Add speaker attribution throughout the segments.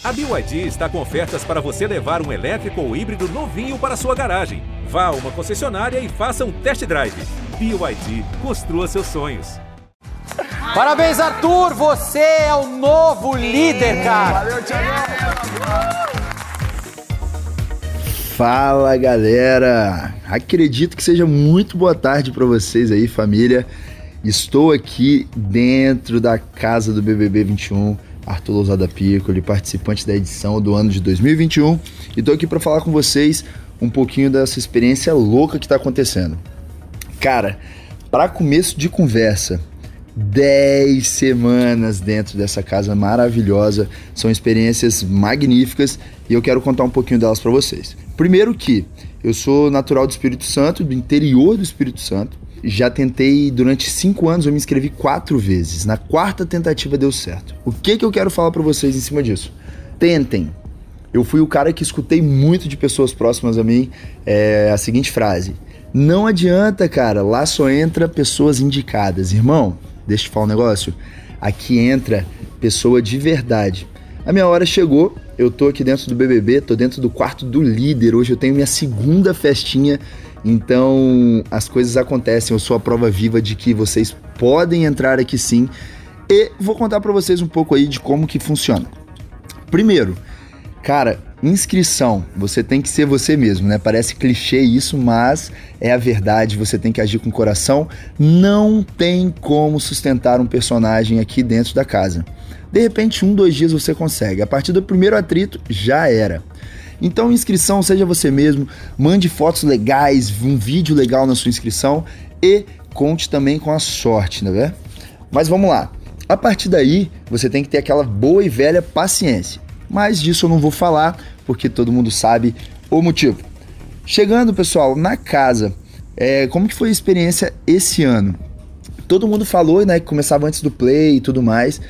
Speaker 1: A BYD está com ofertas para você levar um elétrico ou híbrido novinho para sua garagem. Vá a uma concessionária e faça um test drive. BYD, construa seus sonhos.
Speaker 2: Parabéns, Arthur! Você é o novo líder, cara!
Speaker 3: Valeu, Thiagão!
Speaker 4: Fala, galera! Acredito que seja muito boa tarde para vocês aí, família. Estou aqui dentro da casa do BBB 21, Arthur Lousada Piccoli, participante da edição do ano de 2021, e estou aqui para falar com vocês um pouquinho dessa experiência louca que está acontecendo. Cara, para começo de conversa, 10 semanas dentro dessa casa maravilhosa, são experiências magníficas e eu quero contar um pouquinho delas para vocês. Primeiro que eu sou natural do Espírito Santo, do interior do Espírito Santo. Já tentei, durante 5 anos, eu me inscrevi 4 vezes. Na 4ª tentativa deu certo. O que eu quero falar pra vocês em cima disso? Tentem. Eu fui o cara que escutei muito de pessoas próximas a mim a seguinte frase: não adianta, cara, lá só entra pessoas indicadas. Irmão, deixa eu te falar um negócio. Aqui entra pessoa de verdade. A minha hora chegou, eu tô aqui dentro do BBB, tô dentro do quarto do líder. Hoje eu tenho minha 2ª festinha. Então, as coisas acontecem, eu sou a prova viva de que vocês podem entrar aqui sim, e vou contar pra vocês um pouco aí de como que funciona. Primeiro, cara, inscrição, você tem que ser você mesmo, né? Parece clichê isso, mas é a verdade, você tem que agir com o coração. Não tem como sustentar um personagem aqui dentro da casa. De repente, 1, 2 dias você consegue, a partir do primeiro atrito, já era. Então, inscrição, seja você mesmo, mande fotos legais, um vídeo legal na sua inscrição e conte também com a sorte, né? Mas vamos lá. A partir daí, você tem que ter aquela boa e velha paciência. Mas disso eu não vou falar, porque todo mundo sabe o motivo. Chegando, pessoal, na casa, como que foi a experiência esse ano? Todo mundo falou, né, que começava antes do play e tudo mais.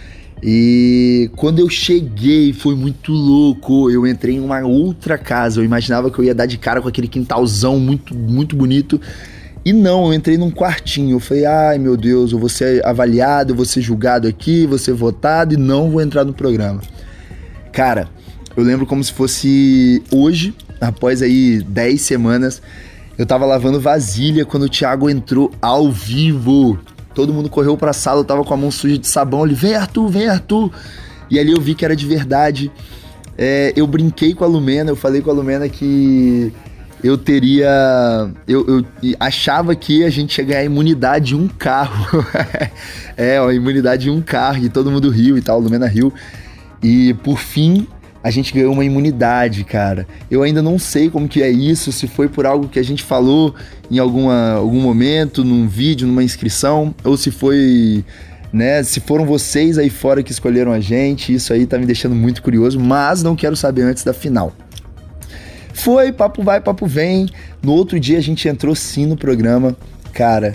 Speaker 4: E quando eu cheguei foi muito louco, eu entrei em uma outra casa, eu imaginava que eu ia dar de cara com aquele quintalzão muito, muito bonito, e não, eu entrei num quartinho, eu falei, ai meu Deus, eu vou ser avaliado, eu vou ser julgado aqui, vou ser votado e não vou entrar no programa. Cara, eu lembro como se fosse hoje, após aí 10 semanas, eu tava lavando vasilha quando o Thiago entrou ao vivo. Todo mundo correu pra sala, eu tava com a mão suja de sabão, ele, vem Arthur. E ali eu vi que era de verdade. Eu brinquei com a Lumena, eu falei com a Lumena que eu teria... Eu achava que a gente ia ganhar imunidade em um carro. A imunidade em um carro, e todo mundo riu e tal, a Lumena riu. E por fim, a gente ganhou uma imunidade, cara. Eu ainda não sei como que é isso, se foi por algo que a gente falou em algum momento, num vídeo, numa inscrição, ou se foi, né, se foram vocês aí fora que escolheram a gente. Isso aí tá me deixando muito curioso, mas não quero saber antes da final. Foi, papo vai, papo vem. No outro dia a gente entrou sim no programa. Cara,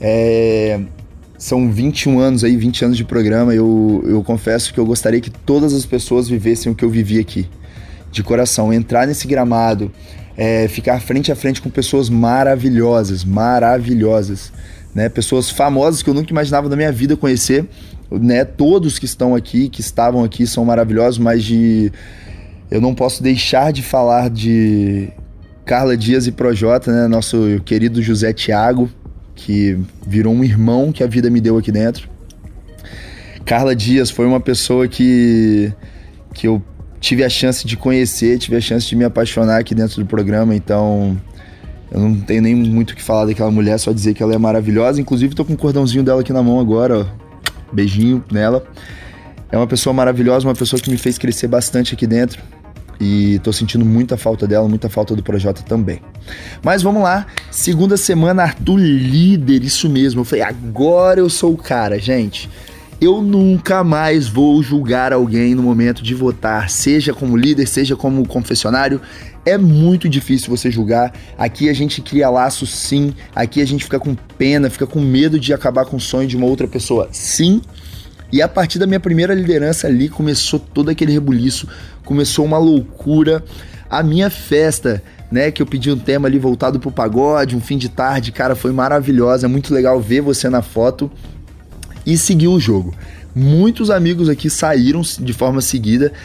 Speaker 4: são 21 anos aí, 20 anos de programa. Eu confesso que eu gostaria que todas as pessoas vivessem o que eu vivi aqui. De coração, entrar nesse gramado, ficar frente a frente com pessoas maravilhosas, né? Pessoas famosas que eu nunca imaginava na minha vida conhecer, né? Todos que estão aqui, que estavam aqui são maravilhosos, mas eu não posso deixar de falar de Carla Dias e Projota, né? Nosso querido José Thiago, que virou um irmão que a vida me deu aqui dentro. Carla Dias foi uma pessoa que eu tive a chance de conhecer, tive a chance de me apaixonar aqui dentro do programa, então eu não tenho nem muito o que falar daquela mulher, só dizer que ela é maravilhosa. Inclusive tô com um cordãozinho dela aqui na mão agora, ó. Beijinho nela. É uma pessoa maravilhosa, uma pessoa que me fez crescer bastante aqui dentro. E tô sentindo muita falta dela, muita falta do Projota também. Mas vamos lá, 2ª semana, Arthur líder, isso mesmo. Eu falei, agora eu sou o cara, gente. Eu nunca mais vou julgar alguém no momento de votar, seja como líder, seja como confessionário. É muito difícil você julgar. Aqui a gente cria laços, sim. Aqui a gente fica com pena, fica com medo de acabar com o sonho de uma outra pessoa, sim. E a partir da minha primeira liderança ali, começou todo aquele rebuliço, começou uma loucura. A minha festa, né, que eu pedi um tema ali voltado pro pagode, um fim de tarde, cara, foi maravilhosa, é muito legal ver você na foto. E seguiu o jogo. Muitos amigos aqui saíram de forma seguida.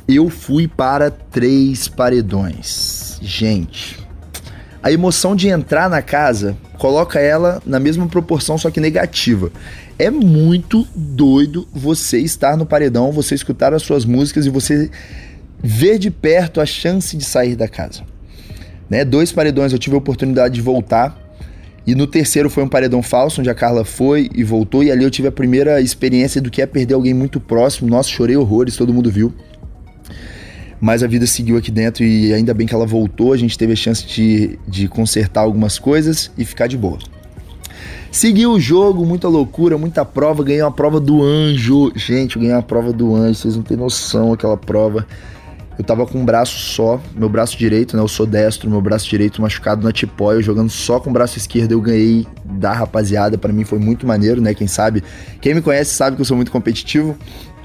Speaker 4: eu fui para 3 paredões. Gente, a emoção de entrar na casa coloca ela na mesma proporção, só que negativa. É muito doido você estar no paredão, você escutar as suas músicas e você ver de perto a chance de sair da casa. Né? 2 paredões eu tive a oportunidade de voltar, e no terceiro foi um paredão falso, onde a Carla foi e voltou, e ali eu tive a primeira experiência do que é perder alguém muito próximo. Nossa, chorei horrores, todo mundo viu. Mas a vida seguiu aqui dentro e ainda bem que ela voltou, a gente teve a chance de consertar algumas coisas e ficar de boa. Segui o jogo, muita loucura, muita prova, ganhei uma prova do anjo. Gente, eu ganhei uma prova do anjo, vocês não têm noção aquela prova. Eu tava com um braço só, meu braço direito, né, eu sou destro, meu braço direito machucado na tipóia, eu jogando só com o braço esquerdo, eu ganhei da rapaziada, pra mim foi muito maneiro, né, quem me conhece sabe que eu sou muito competitivo.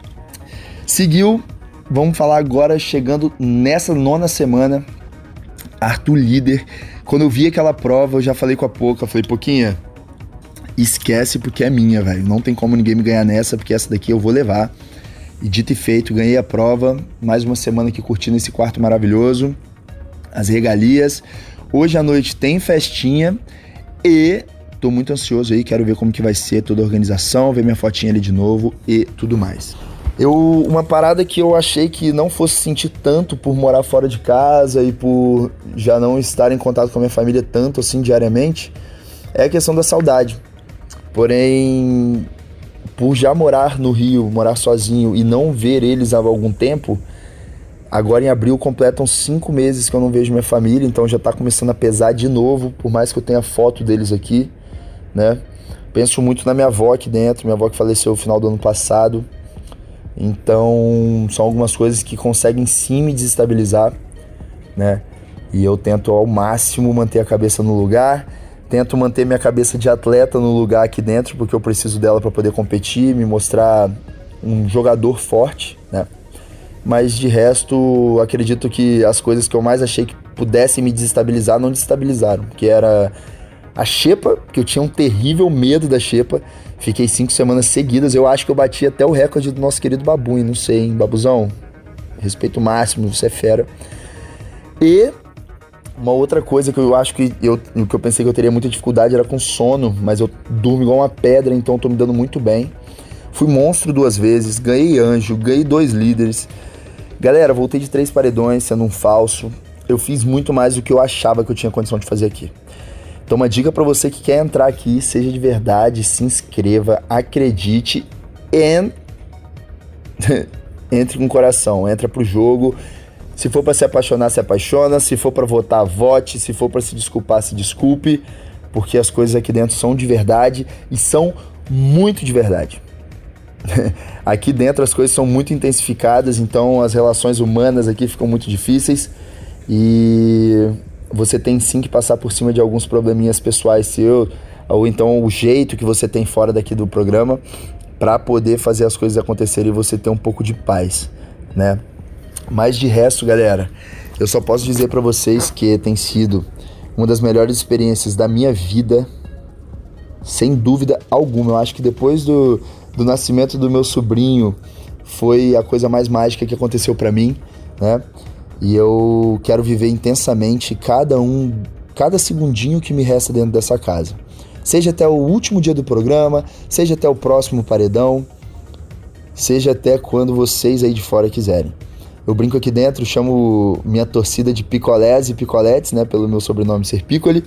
Speaker 4: Seguiu. Vamos falar agora, chegando nessa 9ª semana, Arthur líder. Quando eu vi aquela prova, eu já falei com a Poca, eu falei, Poquinha, esquece porque é minha, velho. Não tem como ninguém me ganhar nessa, porque essa daqui eu vou levar. E dito e feito, ganhei a prova. Mais uma semana aqui curtindo esse quarto maravilhoso, as regalias. Hoje à noite tem festinha e tô muito ansioso aí, quero ver como que vai ser toda a organização, ver minha fotinha ali de novo e tudo mais. Uma parada que eu achei que não fosse sentir tanto por morar fora de casa e por já não estar em contato com a minha família tanto assim diariamente, é a questão da saudade. Porém, por já morar no Rio, morar sozinho e não ver eles há algum tempo, agora em abril completam 5 meses que eu não vejo minha família, então já tá começando a pesar de novo, por mais que eu tenha foto deles aqui, né? Penso muito na minha avó aqui dentro, minha avó que faleceu no final do ano passado. Então, são algumas coisas que conseguem sim me desestabilizar, né? E eu tento ao máximo manter a cabeça no lugar, tento manter minha cabeça de atleta no lugar aqui dentro, porque eu preciso dela para poder competir, me mostrar um jogador forte, né? Mas de resto, acredito que as coisas que eu mais achei que pudessem me desestabilizar não desestabilizaram, que era a xepa, que eu tinha um terrível medo da xepa. Fiquei 5 semanas seguidas, eu acho que eu bati até o recorde do nosso querido Babu, não sei, hein, Babuzão? Respeito máximo, você é fera. E uma outra coisa que eu acho que eu pensei que eu teria muita dificuldade era com sono, mas eu durmo igual uma pedra, então eu tô me dando muito bem. Fui monstro 2 vezes, ganhei anjo, ganhei 2 líderes. Galera, voltei de 3 paredões, sendo um falso. Eu fiz muito mais do que eu achava que eu tinha condição de fazer aqui. Então uma dica pra você que quer entrar aqui, seja de verdade, se inscreva, acredite e entre com o coração, entra pro jogo. Se for pra se apaixonar, se apaixona. Se for pra votar, vote. Se for pra se desculpar, se desculpe. Porque as coisas aqui dentro são de verdade e são muito de verdade. Aqui dentro as coisas são muito intensificadas, então as relações humanas aqui ficam muito difíceis. E você tem sim que passar por cima de alguns probleminhas pessoais seus, ou então o jeito que você tem fora daqui do programa, para poder fazer as coisas acontecerem e você ter um pouco de paz, né? Mas de resto, galera, eu só posso dizer para vocês que tem sido uma das melhores experiências da minha vida, sem dúvida alguma. Eu acho que depois do nascimento do meu sobrinho foi a coisa mais mágica que aconteceu para mim, né? E eu quero viver intensamente cada segundinho que me resta dentro dessa casa. Seja até o último dia do programa, seja até o próximo paredão, seja até quando vocês aí de fora quiserem. Eu brinco aqui dentro, chamo minha torcida de picolés e picoletes, né, pelo meu sobrenome ser Piccoli.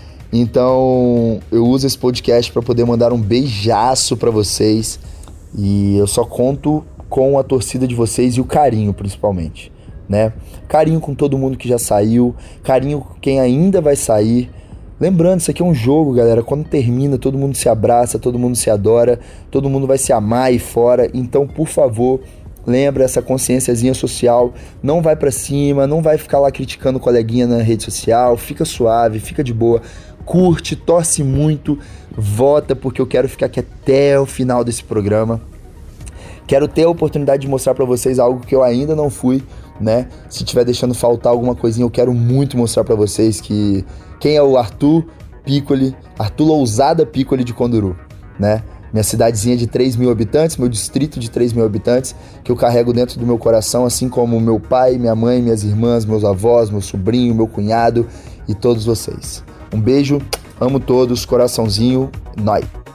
Speaker 4: Então eu uso esse podcast para poder mandar um beijaço para vocês. E eu só conto com a torcida de vocês e o carinho, principalmente, né? Carinho com todo mundo que já saiu, carinho com quem ainda vai sair. Lembrando, isso aqui é um jogo, galera. Quando termina, todo mundo se abraça, todo mundo se adora, todo mundo vai se amar aí fora. Então, por favor, lembra essa consciênciazinha social. Não vai pra cima, não vai ficar lá criticando o coleguinha na rede social. Fica suave, fica de boa. Curte, torce muito, vota, porque eu quero ficar aqui até o final desse programa. Quero ter a oportunidade de mostrar pra vocês algo que eu ainda não fui, né? Se tiver deixando faltar alguma coisinha, eu quero muito mostrar pra vocês que quem é o Arthur Piccoli, Arthur Lousada Piccoli de Conduru, né? minha cidadezinha de 3 mil habitantes, meu distrito de 3 mil habitantes, que eu carrego dentro do meu coração, assim como meu pai, minha mãe, minhas irmãs, meus avós, meu sobrinho, meu cunhado e todos vocês. Um beijo, amo todos, coraçãozinho, nóis!